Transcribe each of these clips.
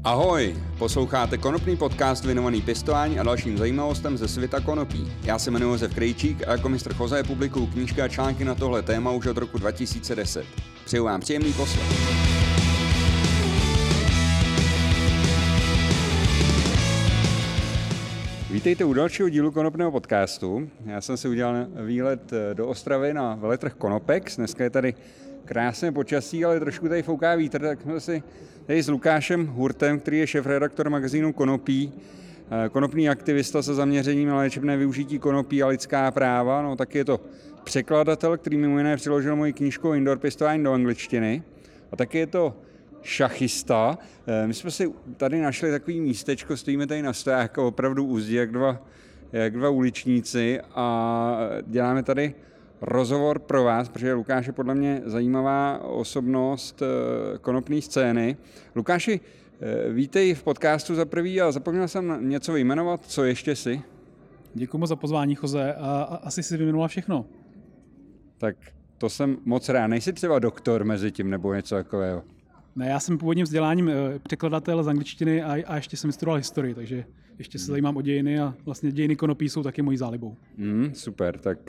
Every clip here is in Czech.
Ahoj, posloucháte konopný podcast věnovaný pěstování a dalším zajímavostem ze světa konopí. Já se jmenuji Josef Krejčík a jako mistr Jose publikuju knížky a články na tohle téma už od roku 2010. Přeju vám příjemný poslech. Vítejte u dalšího dílu konopného podcastu. Já jsem si udělal výlet do Ostravy na veletrh Konopex. Dneska je tady krásné počasí, ale trošku tady fouká vítr, tak jsme si tady s Lukášem Hurtem, který je šéfredaktor magazínu Konopí, konopný aktivista se zaměřením na léčebné využití konopí a lidská práva. No, taky je to překladatel, který mimo jiné přeložil moji knížku Indoor pěstování do angličtiny. A taky je to šachista. My jsme si tady našli takový místečko, stojíme tady na stojáku, opravdu úzdí, jak dva uličníci a děláme tady rozhovor pro vás, protože Lukáš je podle mě zajímavá osobnost konopné scény. Lukáši, vítej v podcastu za prvý a zapomněl jsem něco vyjmenovat, co ještě si? Děkuji moc za pozvání, Jose, a asi si vyjmenoval všechno. Tak to jsem moc rád. Nejsi třeba doktor mezi tím nebo něco takového? Ne, já jsem původním vzděláním překladatel z angličtiny a ještě jsem studoval historii, takže ještě se zajímám o dějiny a vlastně dějiny konopí jsou taky mojí zálibou. Super, tak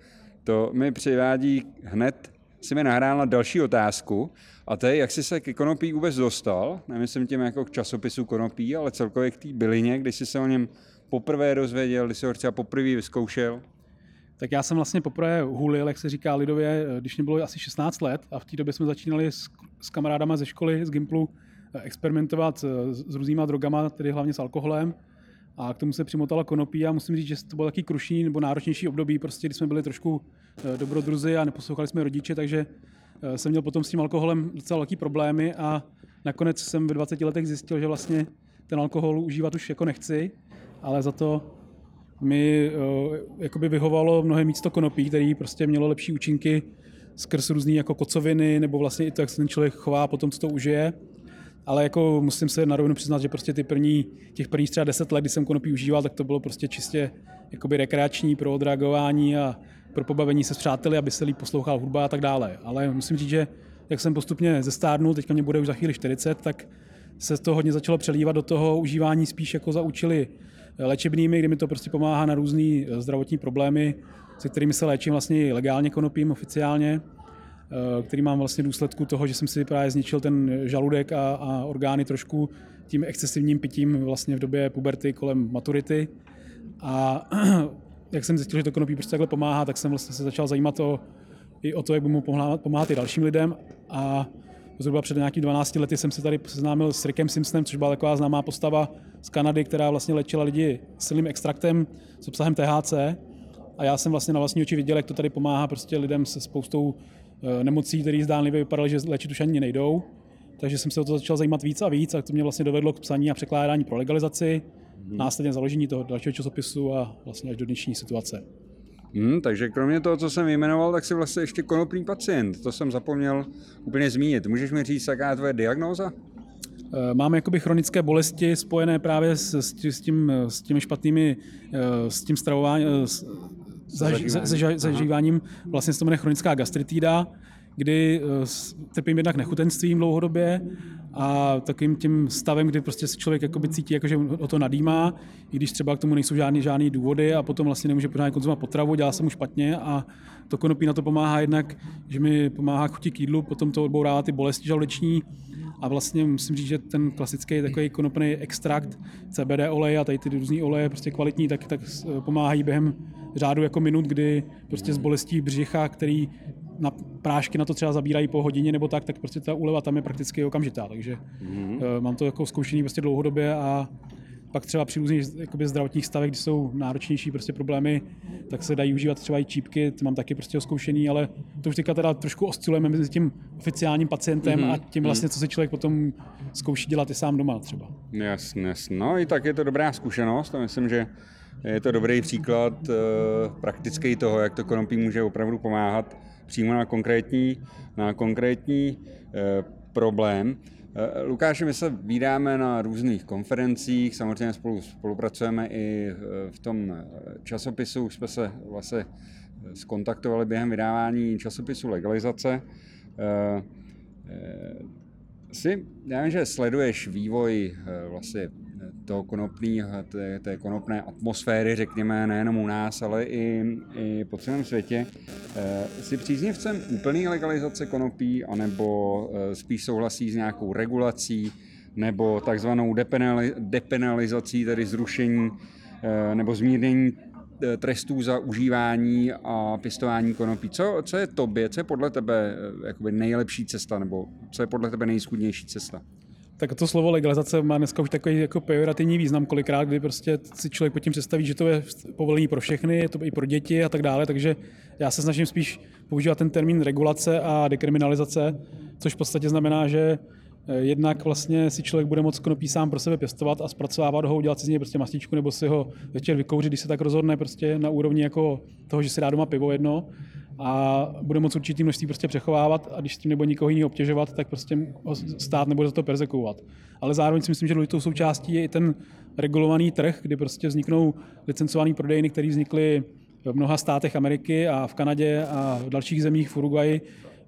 to mi přivádí hned, si mi nahrál na další otázku, a to je, jak jsi se k konopí vůbec dostal, nemyslím tím jako k časopisu konopí, ale celkově k té bylině, když jsi se o něm poprvé dozvěděl, když jsi ho třeba poprvé vyzkoušel? Tak já jsem vlastně poprvé hulil, jak se říká lidově, když mě bylo asi 16 let a v té době jsme začínali s kamarádama ze školy, z Gimplu, experimentovat s různýma drogama, tedy hlavně s alkoholem. A k tomu se přimotala konopí a musím říct, že to bylo taky krušný nebo náročnější období, prostě, kdy jsme byli trošku dobrodruzi a neposlouchali jsme rodiče, takže jsem měl potom s tím alkoholem docela velký problémy a nakonec jsem ve 20 letech zjistil, že vlastně ten alkohol užívat už jako nechci, ale za to mi jakoby vyhovalo mnohem víc to konopí, který prostě mělo lepší účinky skrz různý jako kocoviny nebo vlastně i to, jak se ten člověk chová potom, co to užije. Ale jako musím se na rovinu přiznat, že prostě těch prvních třeba 10 let, kdy jsem konopí užíval, tak to bylo prostě čistě jakoby rekreační pro odreagování a pro pobavení se s přáteli, aby se líp poslouchal hudba a tak dále. Ale musím říct, že jak jsem postupně zestárnul, teďka mě bude už za chvíli 40, tak se to hodně začalo přelívat do toho užívání spíš jako za účely léčebnými, kdy mi to prostě pomáhá na různý zdravotní problémy, se kterými se léčím vlastně legálně konopím oficiálně, který mám vlastně důsledku toho, že jsem si právě zničil ten žaludek a orgány trošku tím excesivním pitím vlastně v době puberty kolem maturity. A jak jsem zjistil, že to konopí prostě takhle pomáhá, tak jsem vlastně se začal zajímat i o to, jak by mu pomáhat i dalším lidem. A zhruba před nějakými 12 lety jsem se tady seznámil s Rickem Simpsonem, což byla taková známá postava z Kanady, která vlastně léčila lidi silným extraktem s obsahem THC. A já jsem vlastně na vlastní oči viděl, jak to tady pomáhá prostě lidem se spoustou nemocí, které zdánlivě vypadaly, že léčit už ani nejdou. Takže jsem se o to začal zajímat víc a víc a to mě vlastně dovedlo k psaní a překládání pro legalizaci, následně založení toho dalšího časopisu a vlastně až do dnešní situace. Takže kromě toho, co jsem vyjmenoval, tak jsi vlastně ještě konopný pacient. To jsem zapomněl úplně zmínit. Můžeš mi říct, jaká je tvoje diagnóza? Mám jakoby chronické bolesti spojené právě s těmi špatnými, s tím stravováním, zažíváním. Vlastně se to jmenuje chronická gastritída, kdy trpím jednak nechutenstvím dlouhodobě a takovým tím stavem, kdy prostě se člověk jakoby cítí, jako že o to nadýmá, i když třeba k tomu nejsou žádný důvody a potom vlastně nemůže pořádně konzumovat potravu, dělá se mu špatně a to konopí na to pomáhá jednak, že mi pomáhá chuti k jídlu, potom to odbourává ty bolesti žaludeční a vlastně musím říct, že ten klasický takový konopný extrakt, CBD olej a tady ty různý oleje prostě kvalitní, tak pomáhají během řádu jako minut, kdy prostě z bolestí břicha, který na prášky na to třeba zabírají po hodině nebo tak prostě ta úleva tam je prakticky okamžitá, takže mám to jako zkoušený prostě dlouhodobě a pak třeba při různých zdravotních stavech, kdy jsou náročnější prostě problémy, tak se dají užívat třeba i čípky, to mám taky prostě zkoušený, ale to už teďka teda trošku oscilujeme mezi tím oficiálním pacientem a tím vlastně, co si člověk potom zkouší dělat i sám doma třeba. Jasně, no i tak je to dobrá zkušenost a myslím, že je to dobrý příklad praktický toho, jak to konopí může opravdu pomáhat přímo na konkrétní problém. Lukáši, my se vídáme na různých konferencích, samozřejmě spolupracujeme i v tom časopisu, už jsme se vlastně skontaktovali během vydávání časopisu Legalizace. Já vím, že sleduješ vývoj vlastně toho konopného, té konopné atmosféry, řekněme, nejenom u nás, ale i po celém světě. Jsi příznivcem úplné legalizace konopí, anebo spíš souhlasí s nějakou regulací, nebo takzvanou depenalizací, tedy zrušení nebo zmírnění trestů za užívání a pěstování konopí. Co je podle tebe jakoby nejlepší cesta, nebo co je podle tebe nejschůdnější cesta? Tak to slovo legalizace má dneska už takový jako pejorativní význam kolikrát, kdy prostě si člověk pod tím představí, že to je povolení pro všechny, je to i pro děti a tak dále, takže já se snažím spíš používat ten termín regulace a dekriminalizace, což v podstatě znamená, že jednak vlastně si člověk bude moct konopí sám pro sebe pěstovat a zpracovávat ho, udělat si z něj prostě mastičku nebo si ho večer vykouřit, když se tak rozhodne prostě na úrovni jako toho, že si dá doma pivo jedno a bude moct určitý množství prostě přechovávat a když s tím nebude nikoho jiného obtěžovat, tak prostě stát nebude za to perzekuovat. Ale zároveň si myslím, že důležitou součástí je i ten regulovaný trh, kdy prostě vzniknou licencované prodejny, které vznikly v mnoha státech Ameriky a v Kanadě a v dalších zemích, v Uruguayi.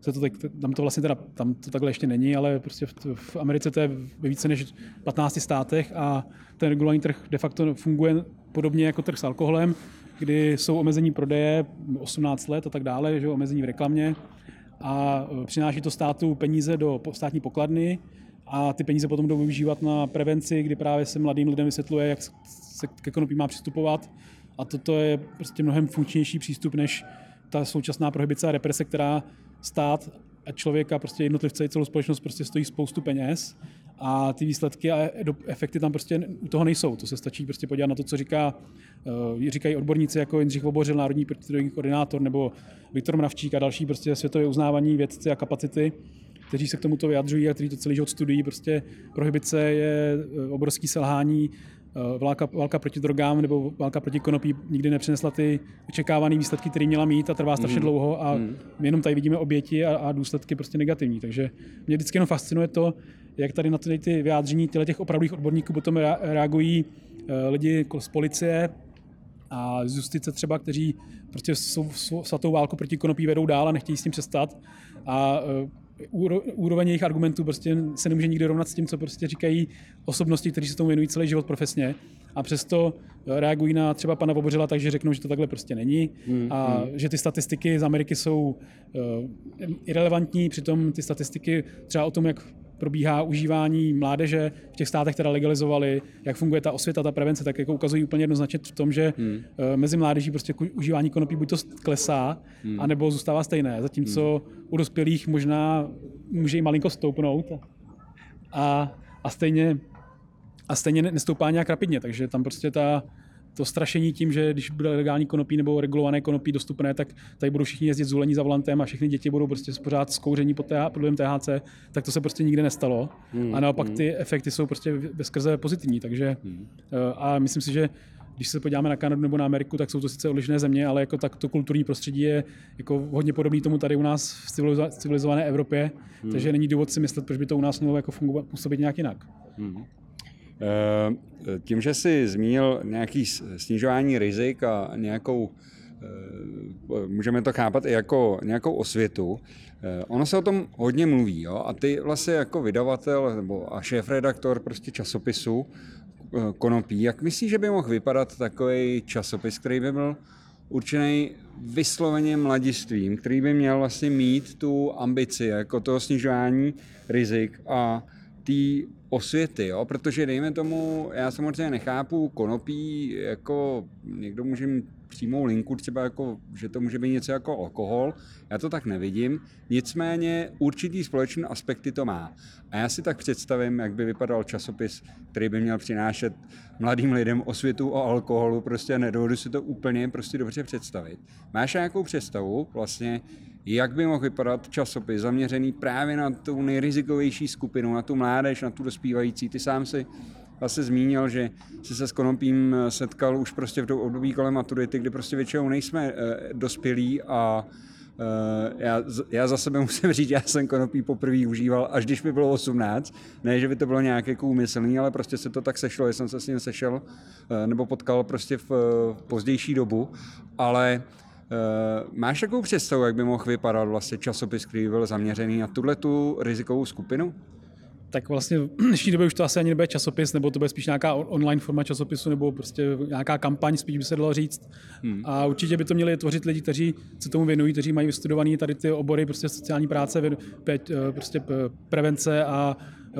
Tam to takhle ještě není, ale prostě v Americe to je ve více než 15 státech a ten regulovaný trh de facto funguje podobně jako trh s alkoholem, kdy jsou omezení prodeje 18 let a tak dále, že omezení v reklamě a přináší to státu peníze do státní pokladny a ty peníze potom jdou využívat na prevenci, kdy právě se mladým lidem vysvětluje, jak se ke konopí má přistupovat a toto je prostě mnohem funkčnější přístup než ta současná prohibice a represe, která stát a člověka, prostě jednotlivce i celou společnost prostě stojí spoustu peněz a ty výsledky a efekty tam prostě u toho nejsou. To se stačí prostě podívat na to, co říkají odborníci jako Jindřich Vobořil, národní protidrogový koordinátor, nebo Viktor Mravčík a další prostě světově uznávaní vědci a kapacity, kteří se k tomuto vyjadřují a kteří to celý život studují. Prostě prohibice je obrovský selhání, válka proti drogám nebo válka proti konopí nikdy nepřinesla ty očekávané výsledky, které měla mít a trvá strašně dlouho a my jenom tady vidíme oběti a důsledky prostě negativní. Takže mě vždycky jenom fascinuje to, jak tady na ty vyjádření těch opravdových odborníků potom reagují lidi z policie a z justice třeba, kteří prostě svatou válku proti konopí vedou dál a nechtějí s tím přestat a úroveň jejich argumentů prostě se nemůže nikdy rovnat s tím, co prostě říkají osobnosti, kteří se tomu věnují celý život profesně a přesto reagují na třeba pana Vobořila, takže řeknou, že to takhle prostě není a že ty statistiky z Ameriky jsou irelevantní, přitom ty statistiky třeba o tom, jak probíhá užívání mládeže v těch státech, které legalizovaly, jak funguje ta osvěta, ta prevence, tak jako ukazují úplně jednoznačně v tom, že mezi mládeží prostě užívání konopí buď to klesá, anebo zůstává stejné, zatímco u dospělých možná může i malinko stoupnout a stejně nestoupá nějak rapidně, takže tam prostě to strašení tím, že když bude legální konopí nebo regulované konopí dostupné, tak tady budou všichni jezdit zúlení za volantem a všechny děti budou prostě pořád zkouření pod vlivem THC, tak to se prostě nikdy nestalo. A naopak ty efekty jsou prostě bezskrze pozitivní, takže a myslím si, že když se podíváme na Kanadu nebo na Ameriku, tak jsou to sice odlišné země, ale jako tak to kulturní prostředí je jako hodně podobný tomu tady u nás v civilizované Evropě, takže není důvod si myslet, proč by to u nás mělo jako fungovat, působit nějak jinak. Tím, že jsi zmínil nějaký snižování rizik a nějakou, můžeme to chápat i jako nějakou osvětu, ono se o tom hodně mluví, jo? A ty vlastně jako vydavatel nebo a šéfredaktor prostě časopisu konopí, jak myslíš, že by mohl vypadat takový časopis, který by byl určený vysloveně mladistvím, který by měl vlastně mít tu ambici jako toho snižování rizik a té osvěty, jo? Protože dejme tomu, já samozřejmě nechápu konopí, jako někdo může mít přímou linku, třeba jako, že to může být něco jako alkohol, já to tak nevidím, nicméně určitý společný aspekty to má. A já si tak představím, jak by vypadal časopis, který by měl přinášet mladým lidem osvětu o alkoholu, prostě nedovedu si to úplně prostě dobře představit. Máš nějakou představu vlastně, jak by mohl vypadat časopis zaměřený právě na tu nejrizikovější skupinu, na tu mládež, na tu dospívající. Ty sám si vlastně zmínil, že jsi se s konopím setkal už prostě v období kolem maturity, kdy prostě většinou nejsme dospělí a já za sebe musím říct, já jsem konopí poprvé užíval, až když mi bylo 18. Ne, že by to bylo nějak jako úmyslný, ale prostě se to tak sešlo, že jsem se s ním sešel nebo potkal prostě v pozdější dobu, ale máš takovou představu, jak by mohl vypadat vlastně časopis, který byl zaměřený na tuhletu rizikovou skupinu? tak vlastně v dnešní době už to asi ani nebude časopis, nebo to bude spíš nějaká online forma časopisu, nebo prostě nějaká kampaň, spíš by se dalo říct. A určitě by to měli tvořit lidi, kteří se tomu věnují, kteří mají vystudovaný tady ty obory, prostě sociální práce, prostě prevence a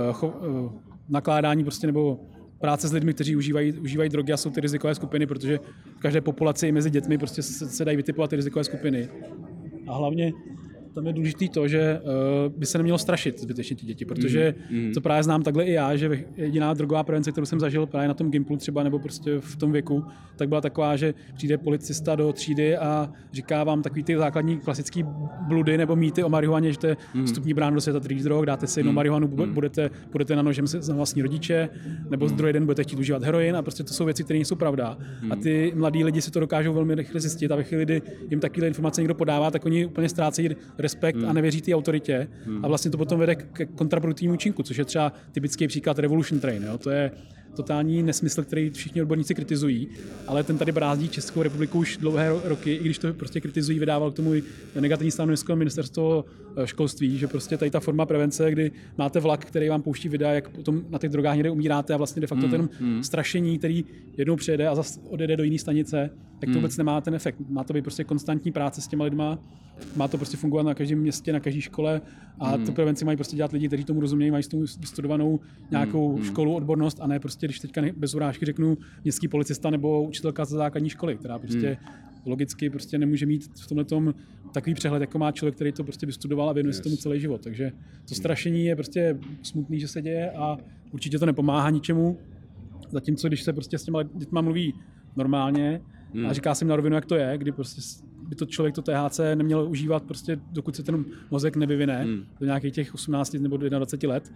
nakládání prostě, nebo práce s lidmi, kteří užívají drogy a jsou ty rizikové skupiny, protože v každé populaci i mezi dětmi prostě se dají vytipovat ty rizikové skupiny. A hlavně tam je důležité to, že by se nemělo strašit zbytečně ty děti, protože to právě znám takhle i já, že jediná drogová prevence, kterou jsem zažil právě na tom Gimplu třeba, nebo prostě v tom věku, tak byla taková, že přijde policista do třídy a říká vám takový ty základní klasický bludy nebo mýty o marihuaně, že to je vstupní brána do světa drog, dáte si jednou marihuanu, budete na nožem za vlastní rodiče, nebo druhý den budete chtít užívat heroin a prostě to jsou věci, které nejsou pravda. A ty mladí lidi si to dokážou velmi rychle zjistit a ve chvíli, kdy jim takové informace někdo podává, tak oni úplně ztrácejí respekt a nevěří té autoritě a vlastně to potom vede k kontraproduktivnímu účinku, což je třeba typický příklad Revolution Train. Jo? To je totální nesmysl, který všichni odborníci kritizují, ale ten tady brázdí Českou republiku už dlouhé roky, i když to prostě kritizují, vydával k tomu negativní stanovisko ministerstvo školství, že prostě tady ta forma prevence, kdy máte vlak, který vám pouští videa, jak potom na těch drogách někde umíráte a vlastně de facto to jenom strašení, který jednou přijede a zase odjede do jiné stanice, tak to vůbec nemá ten efekt. Má to být prostě konstantní práce s těma lidma, má to prostě fungovat na každém městě, na každé škole a tu prevenci mají prostě dělat lidi, kteří tomu rozumějí, mají s tomu studovanou nějakou školu, odbornost a ne prostě, když teďka bez urážky řeknu městský policista nebo učitelka ze základní školy, která prostě logicky prostě nemůže mít v tomhletom takový přehled, jako má člověk, který to prostě vystudoval a věnuje se tomu celý život. Takže to strašení je prostě smutný, že se děje a určitě to nepomáhá ničemu. Zatímco když se prostě s těma dětma mluví normálně a říká se jim na rovinu, jak to je, kdy prostě by to člověk to THC neměl užívat prostě, dokud se ten mozek nevyvine do nějakých těch 18 nebo 21 let,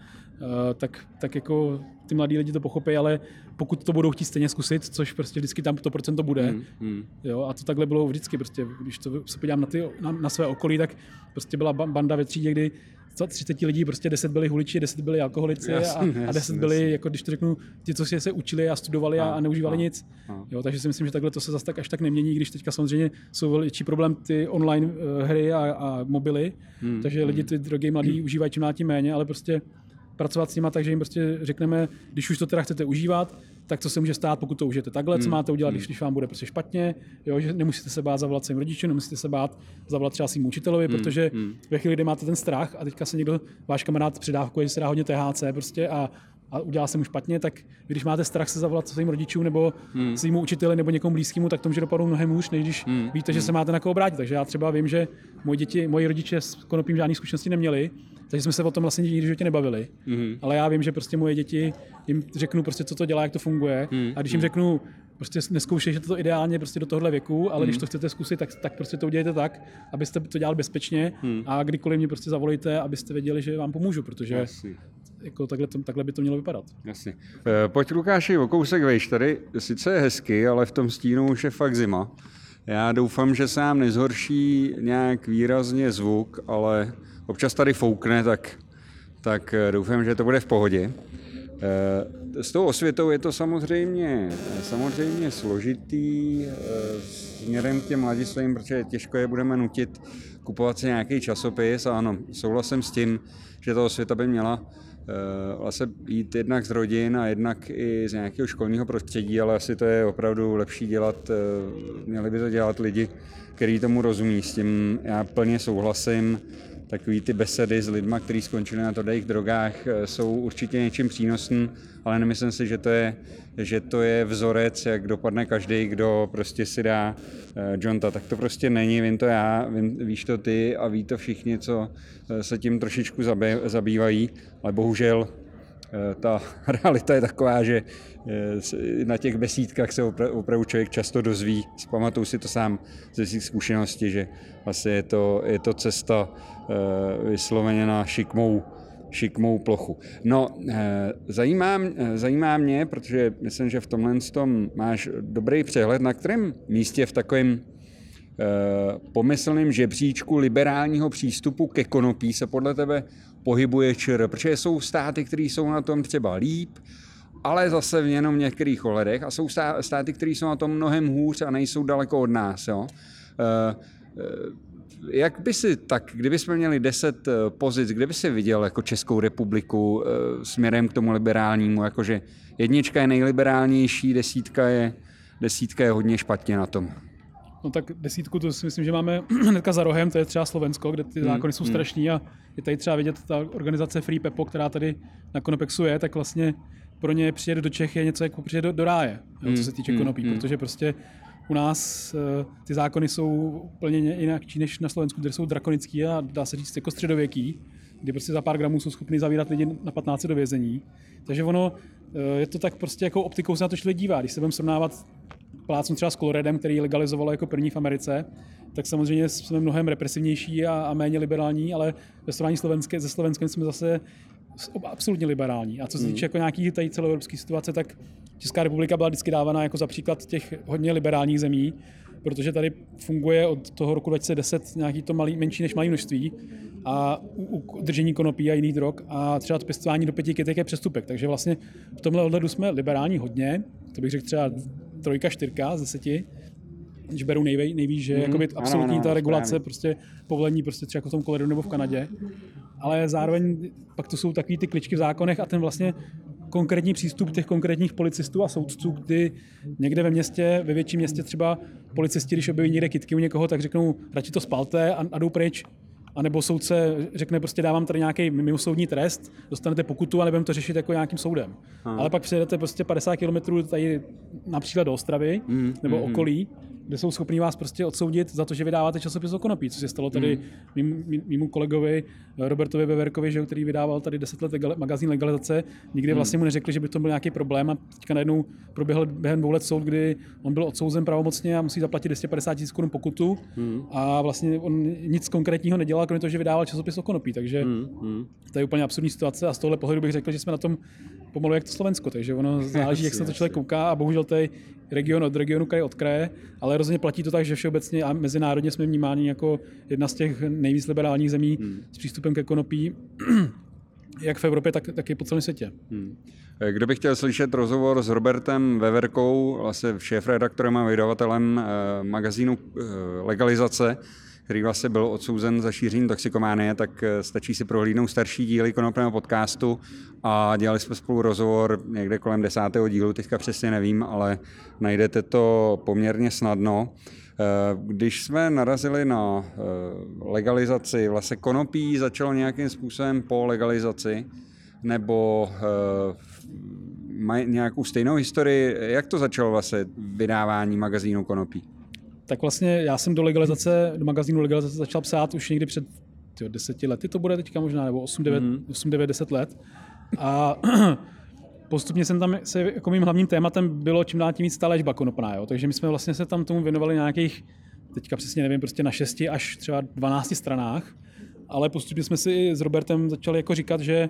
tak jako ty mladí lidi to pochopí, ale pokud to budou chtít stejně zkusit, což prostě vždycky tam to procento bude, jo, a to takhle bylo vždycky prostě, když to se podívám na své okolí, tak prostě byla banda ve třídě, kdy 30 lidí, prostě 10 byli huliči, 10 byli alkoholici a 10 byli, jako když to řeknu, ti, co si se učili a studovali a neužívali nic. Jo, takže si myslím, že takhle to se zase tak až tak nemění, když teďka samozřejmě jsou větší problém ty online hry a mobily, takže lidi ty drogy mladí užívají čím dál tím méně, ale prostě pracovat s nima, takže jim prostě řekneme, když už to teda chcete užívat, tak co se může stát, pokud to užijete takhle, co máte udělat, když vám bude prostě špatně, jo, že nemusíte se bát zavolat svým rodičům, nemusíte se bát zavolat třeba svým učitelovi, protože ve chvíli, kdy máte ten strach a teďka se někdo, váš kamarád předávkuje, že se dá hodně THC prostě a udělá se mu špatně, tak když máte strach se zavolat svým rodičům nebo svým učiteli nebo někomu blízkému, tak to může dopadnout mnohem hůř, než když víte, že se máte na koho obrátit. Takže já třeba vím, že moji rodiče s konopím žádných zkušeností neměli, takže jsme se o tom vlastně nikdy v životě nebavili. Ale já vím, že prostě moje děti, jim řeknu prostě, co to dělá, jak to funguje. A když jim řeknu, prostě neskoušejte to ideálně prostě do tohle věku, ale když to chcete zkusit, tak prostě to udělejte tak, abyste to dělali bezpečně a kdykoliv mě prostě zavolejte, abyste věděli, že vám pomůžu, protože jako takhle by to mělo vypadat. Jasně. Pojď Lukáši, o kousek vejš, tady sice je hezky, ale v tom stínu už je fakt zima. Já doufám, že se nám nezhorší nějak výrazně zvuk, ale občas tady foukne, tak doufám, že to bude v pohodě. S tou osvětou je to samozřejmě složitý směrem k těm mladistvým, protože těžko je budeme nutit kupovat si nějaký časopis a ano, souhlasím s tím, že ta osvěta by měla vlastně jít jednak z rodin a jednak i z nějakého školního prostředí, ale asi to je opravdu lepší dělat, měli by to dělat lidi, kteří tomu rozumí, s tím já plně souhlasím. Takový ty besedy s lidma, kteří skončili na tvrdých drogách, jsou určitě něčím přínosný, ale nemyslím si, že to je vzorec, jak dopadne každý, kdo prostě si dá jointa. Tak to prostě není, vím to já, víš to ty a ví to všichni, co se tím trošičku zabývají, ale bohužel ta realita je taková, že na těch besídkách se opravdu člověk často dozví, zpamatuju si to sám ze svých zkušeností, že vlastně je to cesta vysloveně na šikmou plochu. No, zajímá mě, protože myslím, že v tomhle tom máš dobrý přehled, na kterém místě v takovém pomyslném žebříčku liberálního přístupu ke konopí se podle tebe pohybuje ČR, protože jsou státy, které jsou na tom třeba líp, ale zase jenom v některých ohledech a jsou státy, které jsou na tom mnohem hůř a nejsou daleko od nás. Jo? Jak by si tak, kdybychom měli 10 pozic, kde by si viděl jako Českou republiku směrem k tomu liberálnímu, jakože 1 je nejliberálnější, 10 je hodně špatně na tom. No tak 10 to si myslím, že máme hnedka za rohem, to je třeba Slovensko, kde ty zákony jsou strašný a je tady třeba vidět ta organizace Free Pepo, která tady na Konopexu je, tak vlastně pro ně přijet do Čech je něco jako přijet do ráje, co se týče konopí, protože prostě u nás ty zákony jsou úplně jinak než na Slovensku, kde jsou drakonický a dá se říct jako středověký, kdy prostě za pár gramů jsou schopni zavírat lidi na 15 do vězení. Takže ono je to tak prostě jako optikou se na to člověk dívá. Když se budeme srovnávat plácnu třeba s Coloredem, který legalizovalo jako první v Americe, tak samozřejmě jsme mnohem represivnější a méně liberální, ale ve srovnání se Slovenskem jsme zase absolutně liberální. A co se týče jako nějaký tady celoevropské situace, tak Česká republika byla vždycky dávána jako za příklad těch hodně liberálních zemí, protože tady funguje od toho roku 2010 nějaký to menší než malé množství a u držení konopí a jiných drog a třeba to pěstování do 5 kytek je přestupek. Takže vlastně v tomhle ohledu jsme liberální hodně, to bych řekl třeba 3, 4 z 10, když beru nejvíc, že jakoby absolutní ta regulace, prostě povolení prostě třeba jako v tom Coloredu nebo v Kanadě, ale zároveň pak to jsou takový ty kličky v zákonech a ten vlastně konkrétní přístup těch konkrétních policistů a soudců, kdy někde ve městě, ve větším městě třeba policisti, když objeví někde kytky u někoho, tak řeknou, radši to spalte a jdou pryč. A nebo soudce řekne, prostě dávám tady nějaký mimosoudní trest, dostanete pokutu a nebudeme to řešit jako nějakým soudem. Ale pak přijedete prostě 50 km tady například do Ostravy nebo okolí, kde jsou schopní vás prostě odsoudit za to, že vydáváte časopis o konopí, co se stalo tady mému kolegovi Robertovi Veverkovi, že, který vydával tady 10 let magazín Legalizace. Nikdy vlastně mu neřekli, že by to byl nějaký problém a teďka najednou proběhl během 2 let soud, kdy on byl odsouzen pravomocně a musí zaplatit 250 000 korun pokutu a vlastně on nic konkrétního nedělal, kromě toho, že vydával časopis o konopí, takže to je úplně absurdní situace a z tohle pohledu bych řekl, že jsme na tom pomalu jak to Slovensko, takže ono záleží, jak se na to člověk kouká a bohužel to je region od regionu, kraj od kraje, ale rozhodně platí to tak, že všeobecně a mezinárodně jsme vnímáni jako jedna z těch nejvíc liberálních zemí s přístupem ke konopí, jak v Evropě, tak i po celém světě. Kdo by chtěl slyšet rozhovor s Robertem Veverkou, vlastně šéfredaktorem a vydavatelem magazínu Legalizace, který vlastně byl odsouzen za šíření toxikománie, tak stačí si prohlídnout starší díly Konopného podcastu a dělali jsme spolu rozhovor někde kolem 10. dílu, teďka přesně nevím, ale najdete to poměrně snadno. Když jsme narazili na legalizaci, vlastně konopí začalo nějakým způsobem po legalizaci, nebo mají nějakou stejnou historii, jak to začalo vlastně vydávání magazínu konopí? Tak vlastně já jsem do magazínu Legalizace začal psát už někdy před 10 lety, to bude teďka možná, nebo 8, 9, 10 let. A postupně jsem tam jako mým hlavním tématem bylo čím dál tím víc ta léčba konopná, jo? Takže my jsme vlastně se tam tomu věnovali nějakých, teďka přesně nevím, prostě na 6 až třeba 12 stranách, ale postupně jsme si s Robertem začali jako říkat, že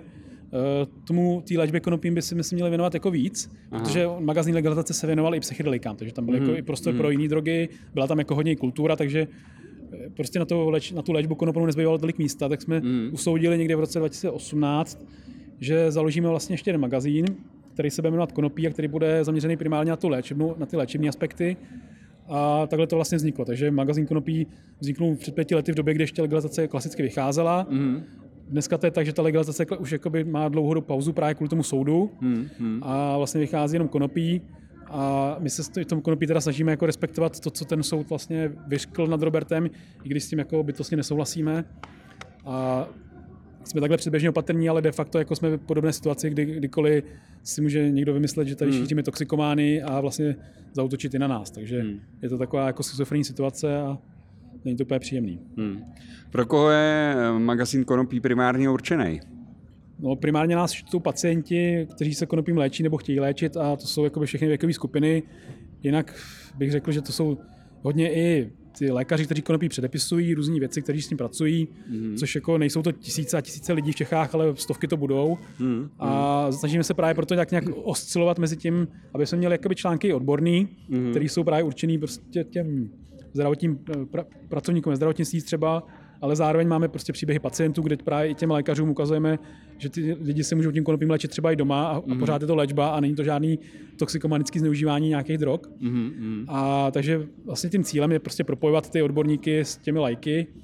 té léčbě konopím by si měli věnovat jako víc, protože magazín Legalizace se věnoval i psychedelikám, takže tam byl jako i prostor pro jiné drogy, byla tam jako hodně kultura, takže prostě na tu léčbu konopnou nezbývalo tolik místa, tak jsme usoudili někde v roce 2018, že založíme vlastně ještě jeden magazín, který se bude jmenovat Konopí a který bude zaměřený primárně na ty léčebné aspekty. A takhle to vlastně vzniklo. Takže magazín Konopí vzniknul před 5 lety v době, kdy ještě legalizace klasicky vycházela. Dneska to je tak, že ta legalizace už jakoby má dlouhodobou pauzu právě kvůli tomu soudu a vlastně vychází jenom konopí a my se v tom konopí teda snažíme jako respektovat to, co ten soud vlastně vyřkl nad Robertem, i když s tím jako bytostně nesouhlasíme. A jsme takhle předběžně opatrní, ale de facto jako jsme v podobné situaci, kdykoliv si může někdo vymyslet, že tady šíříme toxikomány a vlastně zaútočit i na nás. Takže je to taková jako schizofrenní situace a není to úplně příjemný. Pro koho je magazín Konopí primárně určený? No, primárně nás čtou pacienti, kteří se konopím léčí nebo chtějí léčit a to jsou jakoby všechny věkové skupiny. Jinak bych řekl, že to jsou hodně i ty lékaři, kteří konopí předepisují, různý věci, kteří s tím pracují, což jako nejsou to tisíce a tisíce lidí v Čechách, ale stovky to budou. A snažíme se právě proto nějak oscilovat mezi tím, aby jsme měli jakoby články odborný, které jsou právě určený prostě těm zdravotním pracovníkům ve zdravotnictví třeba, ale zároveň máme prostě příběhy pacientů, kde právě i těm lékařům ukazujeme, že ty lidi se můžou tím konopím léčit třeba i doma a pořád je to léčba a není to žádný toxikomanický zneužívání nějakých drog. A takže vlastně tím cílem je prostě propojovat ty odborníky s těmi lajky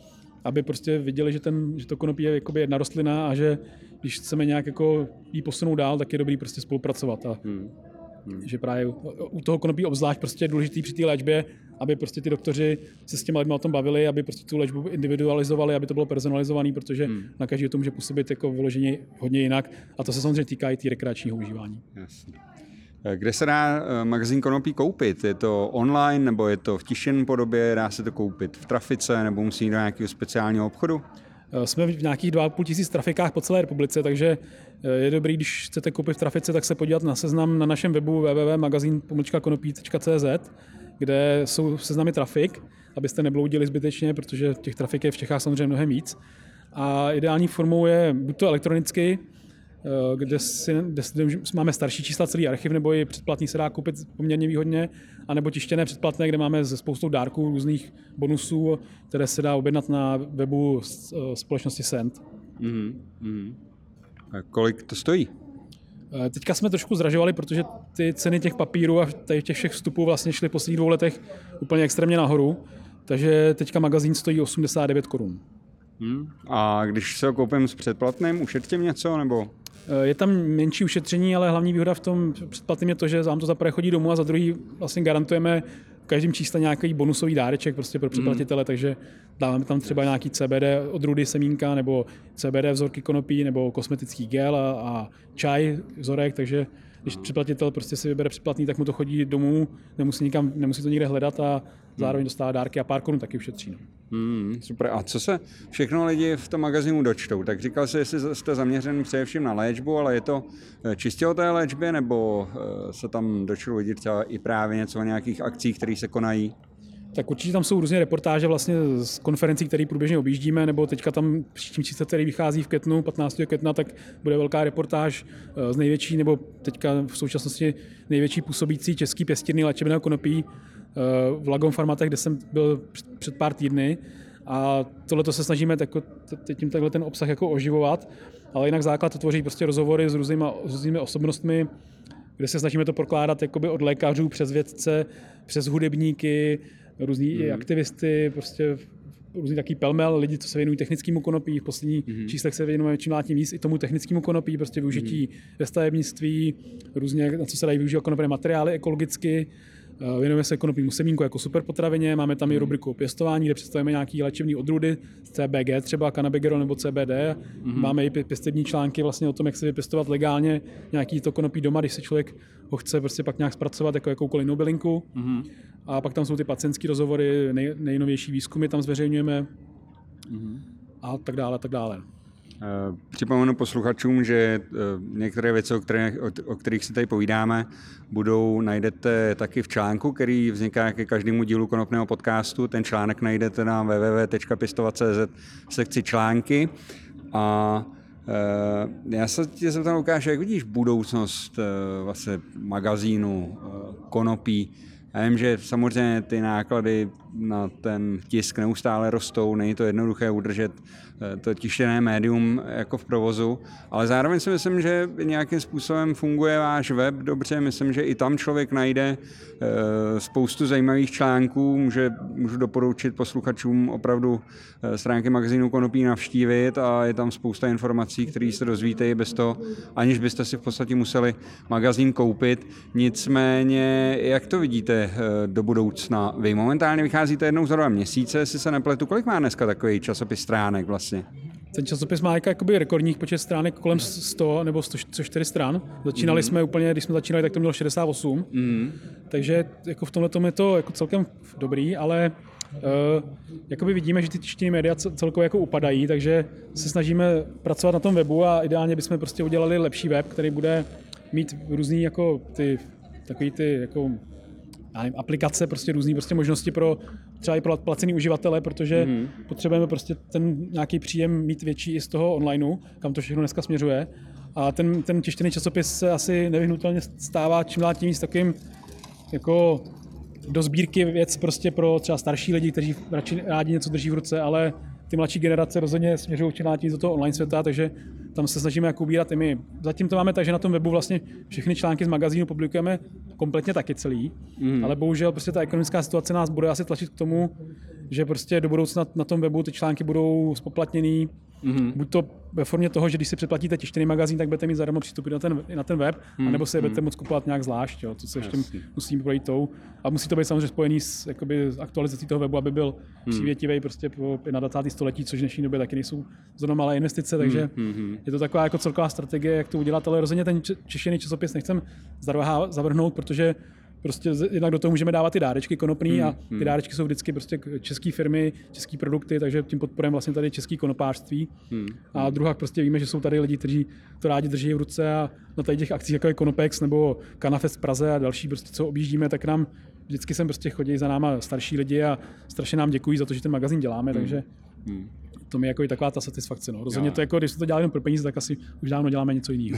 aby prostě viděli, že to konopí je jakoby jedna rostlina a že když chceme nějak jako jí posunout dál, tak je dobrý prostě spolupracovat. A že právě u toho konopí obzvlášť prostě je důležitý při té léčbě, aby prostě ty doktoři se s těmi lidmi o tom bavili, aby prostě tu léčbu individualizovali, aby to bylo personalizovaný, protože na každý to může působit jako vyloženě hodně jinak a to se samozřejmě týká i té rekreačního užívání. Jasně. Kde se dá magazín konopí koupit? Je to online nebo je to v tištěné podobě? Dá se to koupit v trafice nebo musí jít do nějakého speciálního obchodu? Jsme v nějakých 2500 trafikách po celé republice, takže je dobrý, když chcete koupit v trafice, tak se podívat na seznam na našem webu www.magazin-konopí.cz, kde jsou seznamy trafik, abyste nebloudili zbytečně, protože těch trafik je v Čechách samozřejmě mnohem víc. A ideální formou je buď to elektronicky, kde máme starší čísla, celý archiv, nebo i předplatný se dá koupit poměrně výhodně, anebo tištěné předplatné, kde máme se spoustou dárků, různých bonusů, které se dá objednat na webu společnosti Send. A kolik to stojí? Teďka jsme trošku zdražovali, protože ty ceny těch papírů a těch všech vstupů vlastně šly v posledních 2 letech úplně extrémně nahoru, takže teďka magazín stojí 89 korun. A když se ho koupím s předplatným, ušetřím něco, nebo? Je tam menší ušetření, ale hlavní výhoda v tom předplatným je to, že vám to za prvé chodí domů a za druhý vlastně garantujeme v každém čísle nějaký bonusový dáreček prostě pro předplatitele, takže dáváme tam třeba nějaký CBD odrůdy semínka nebo CBD vzorky konopí nebo kosmetický gel a čaj vzorek, takže když předplatitel prostě si vybere předplatný, tak mu to chodí domů, nemusí to nikde hledat a zároveň dostává dárky a pár korun taky ušetří. No. Super. A co se všechno lidi v tom magazínu dočtou? Tak říkal jsi, jestli jste zaměřen především na léčbu, ale je to čistě o té léčbě, nebo se tam dočtou lidi třeba i právě něco o nějakých akcích, které se konají? Tak určitě tam jsou různé reportáže vlastně z konferencí, které průběžně objíždíme, nebo teďka tam příštím čísle, který vychází v květnu, 15. května, tak bude velká reportáž z největší, nebo teďka v současnosti největší působící český pěstírny léčebného konopí v Lagon Farmatech, kde jsem byl před pár týdny. A tohle se snažíme tím takhle ten obsah jako oživovat, ale jinak základ to tvoří prostě rozhovory s různými osobnostmi, kde se snažíme to prokládat jakoby od lékařů přes vědce, přes hudebníky, různý aktivisty, prostě různý taký pelmel, lidi, co se věnují technickému konopí, v posledních číslech se věnujeme čím dál tím víc i tomu technickému konopí, prostě využití ve stavebnictví, různě, na co se dají využívat konopné materiály ekologicky. Věnujeme se konopnímu semínku jako superpotravině, máme tam i rubriku o pěstování, kde představíme nějaké léčebné odrůdy, CBG třeba, cannabigerol nebo CBD. Máme i pěstební články vlastně o tom, jak se vypěstovat legálně nějaký to konopí doma, když se člověk ho chce prostě pak nějak zpracovat jako jakoukoliv jinou bylinku. A pak tam jsou ty pacientské rozhovory, nejnovější výzkumy tam zveřejňujeme a tak dále, tak dále. Připomenu posluchačům, že některé věci, o kterých si tady povídáme, najdete taky v článku, který vzniká ke každému dílu konopného podcastu. Ten článek najdete na www.pistovat.cz v sekci články. A já se tě zeptám, Lukáš, jak vidíš budoucnost vlastně magazínu konopí? Já vím, že samozřejmě ty náklady na ten tisk neustále rostou, není to jednoduché udržet to tištěné médium jako v provozu, ale zároveň si myslím, že nějakým způsobem funguje váš web dobře, myslím, že i tam člověk najde spoustu zajímavých článků, můžu doporučit posluchačům opravdu stránky magazínu Konopí navštívit a je tam spousta informací, které se dozvíte i bez toho, aniž byste si v podstatě museli magazín koupit. Nicméně, jak to vidíte do budoucna? Vy momentálně vycházíte jednou za 2 měsíce, jestli se nepletu. Kolik má dneska takový časopis stránek vlastně? Ten časopis má jakoby rekordních počet stránek kolem 100 nebo 104 stran. Začínali jsme úplně, když jsme začínali, tak to mělo 68. Takže jako v tomhle je to jako celkem dobrý, ale jakoby vidíme, že ty tištěné média celkově jako upadají, takže se snažíme pracovat na tom webu a ideálně bychom prostě udělali lepší web, který bude mít různý jako takový ty jako aplikace, prostě různý prostě možnosti pro třeba i pro placený uživatele, protože potřebujeme prostě ten nějaký příjem mít větší i z toho onlineu, kam to všechno dneska směřuje. A ten tištěný časopis se asi nevyhnutelně stává čím dál tím víc takovým jako do sbírky věc prostě pro třeba starší lidi, kteří rádi něco drží v ruce, ale ty mladší generace rozhodně směřují čím dál tím do toho online světa, takže tam se snažíme jako ubírat i my. Zatím to máme tak, že na tom webu vlastně všechny články z magazínu publikujeme kompletně taky celý, ale bohužel prostě ta ekonomická situace nás bude asi tlačit k tomu, že prostě do budoucna na tom webu ty články budou spoplatněný. Buď to ve formě toho, že když si předplatíte tištěný magazín, tak budete mít zadarmo přístup na ten web, anebo se je budete moct kupovat nějak zvlášť, jo, to se ještě musíme projít tou. A musí to být samozřejmě spojený s aktualizací toho webu, aby byl přívětivý prostě po 21. století, což v dnešní době taky nejsou zrovna malé investice, takže je to taková jako celková strategie, jak to udělat, ale rozhodně ten češtěný časopis nechcem zavrhnout, protože prostě jednak do toho můžeme dávat ty dárečky konopný a ty dárečky jsou vždycky prostě české firmy, české produkty, takže tím podporujeme vlastně tady české konopářství. A druhá prostě víme, že jsou tady lidi, kteří to rádi drží v ruce a na tady těch akcích, jako je Konopex nebo Kanafest v Praze a další, prostě, co objíždíme, tak nám vždycky sem prostě chodí za náma starší lidi a strašně nám děkují za to, že ten magazín děláme, takže to mi jako i taková ta satisfakce. No. Rozhodně to jako, když se to dělá jenom pro peníze, tak asi už dávno děláme něco jiného.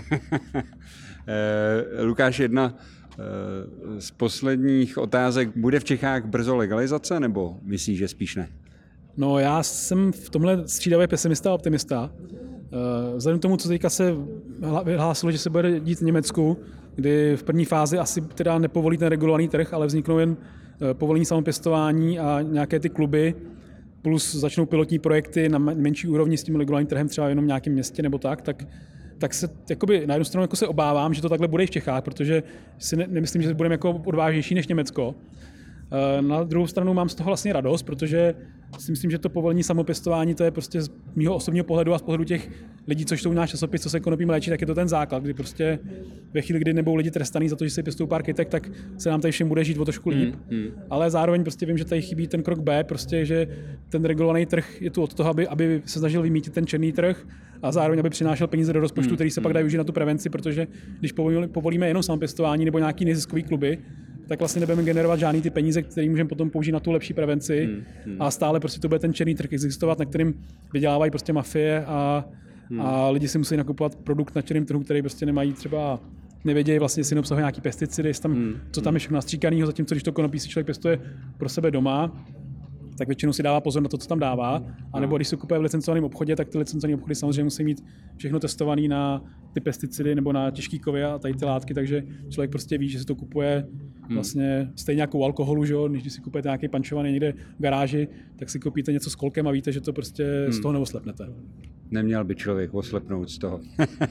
Lukáš, jedna z posledních otázek. Bude v Čechách brzo legalizace, nebo myslíš, že spíš ne? No já jsem v tomhle střídavě pesimista a optimista. Vzhledem k tomu, co teďka se vyhlásilo, že se bude dít v Německu, kdy v první fázi asi teda nepovolí ten regulovaný trh, ale vzniknou jen povolení samopěstování a nějaké ty kluby, plus začnou pilotní projekty na menší úrovni s tím regulovaným trhem, třeba jenom v nějakém městě nebo tak se jakoby, na jednu stranu jako se obávám, že to takhle bude i v Čechách, protože si nemyslím, že budeme jako odvážnější než Německo. Na druhou stranu mám z toho vlastně radost, protože si myslím, že to povolení samopěstování, to je prostě z mýho osobního pohledu a z pohledu těch lidí, co čtou náš časopis, co se konopím léčí, tak je to ten základ, kdy prostě ve chvíli, kdy nebudou lidi trestaný za to, že si pěstují pár kytek, tak se nám tady všem bude žít o trošku líp. Ale zároveň prostě vím, že tady chybí ten krok B, prostě, že ten regulovaný trh je tu od toho, aby se snažil vymítit ten černý trh a zároveň aby přinášel peníze do rozpočtu, který se pak dají využít na tu prevenci, protože když povolíme jenom samopěstování nebo nějaký neziskový kluby, tak vlastně nebudeme generovat žádný ty peníze, které můžeme potom použít na tu lepší prevenci a stále prostě to bude ten černý trh existovat, na kterým vydělávají prostě mafie a lidi si musí nakupovat produkt na černém trhu, který prostě nemají třeba nevědějí vlastně, jestli neobsahuje nějaký pesticidy, co tam je všechno nastříkanýho, zatímco když to konopí si člověk pěstuje pro sebe doma, tak většinou si dává pozor na to, co tam dává, anebo když se kupuje v licencovaném obchodě, tak ty licencované obchody samozřejmě musí mít všechno testované na ty pesticidy nebo na těžký kovy a tady ty látky, takže člověk prostě ví, že se to kupuje vlastně stejně jako u alkoholu, že jo, když si kupujete nějaký pančovaný někde v garáži, tak si koupíte něco s kolkem a víte, že to prostě z toho neoslepnete. Neměl by člověk oslepnout z toho.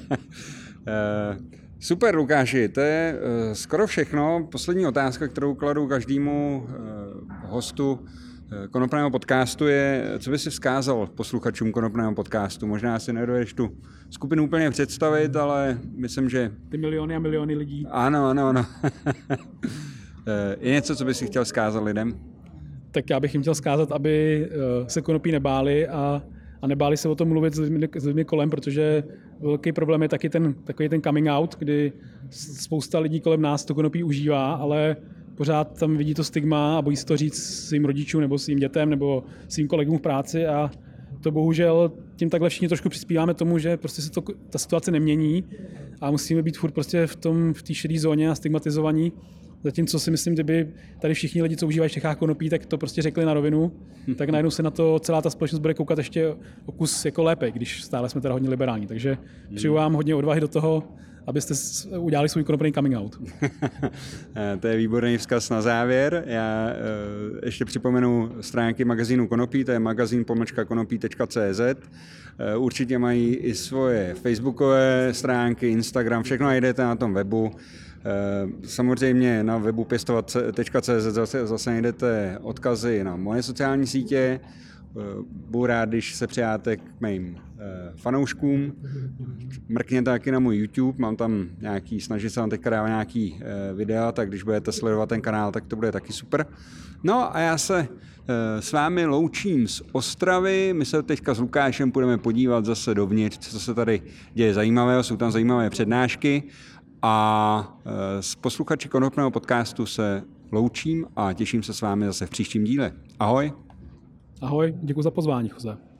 Super, Lukáši, to je skoro všechno. Poslední otázka, kterou kladu každému hostu Konopného podcastu je, co by si vzkázal posluchačům Konopného podcastu. Možná si nedovedeš tu skupinu úplně představit, ale myslím, že... Ty miliony a miliony lidí. Ano. Je něco, co by si chtěl vzkázat lidem? Tak já bych jim chtěl vzkázat, aby se konopí nebáli a nebáli se o tom mluvit s lidmi kolem, protože velký problém je taky takový ten coming out, kdy spousta lidí kolem nás to konopí užívá, ale pořád tam vidí to stigma a bojí se to říct svým rodičům nebo svým dětem nebo svým kolegům v práci a to bohužel tím takhle všichni trošku přispíváme tomu, že prostě se ta situace nemění a musíme být furt prostě v té šedé zóně a stigmatizovaní. Zatímco si myslím, kdyby tady všichni lidi, co užívají v Čechách konopí, tak to prostě řekli na rovinu, tak najednou se na to celá ta společnost bude koukat ještě o kus jako lépe, když stále jsme teda hodně liberální. Takže přeju vám hodně odvahy do toho, abyste udělali svůj konopný coming out. To je výborný vzkaz na závěr. Já ještě připomenu stránky magazínu Konopí, to je magazín-konopí.cz. Určitě mají i svoje facebookové stránky, Instagram, všechno najdete na tom webu. Samozřejmě na webu pěstovat.cz zase najdete odkazy na moje sociální sítě. Budu rád, když se přijáte k mým fanouškům. Mrkněte taky na můj YouTube, mám tam snažím se tam teďka dávat nějaký videa, tak když budete sledovat ten kanál, tak to bude taky super. No a já se s vámi loučím z Ostravy, my se teďka s Lukášem půjdeme podívat zase dovnitř, co se tady děje zajímavého, jsou tam zajímavé přednášky a s posluchači Konopného podcastu se loučím a těším se s vámi zase v příštím díle. Ahoj. Ahoj, děkuji za pozvání, Jose.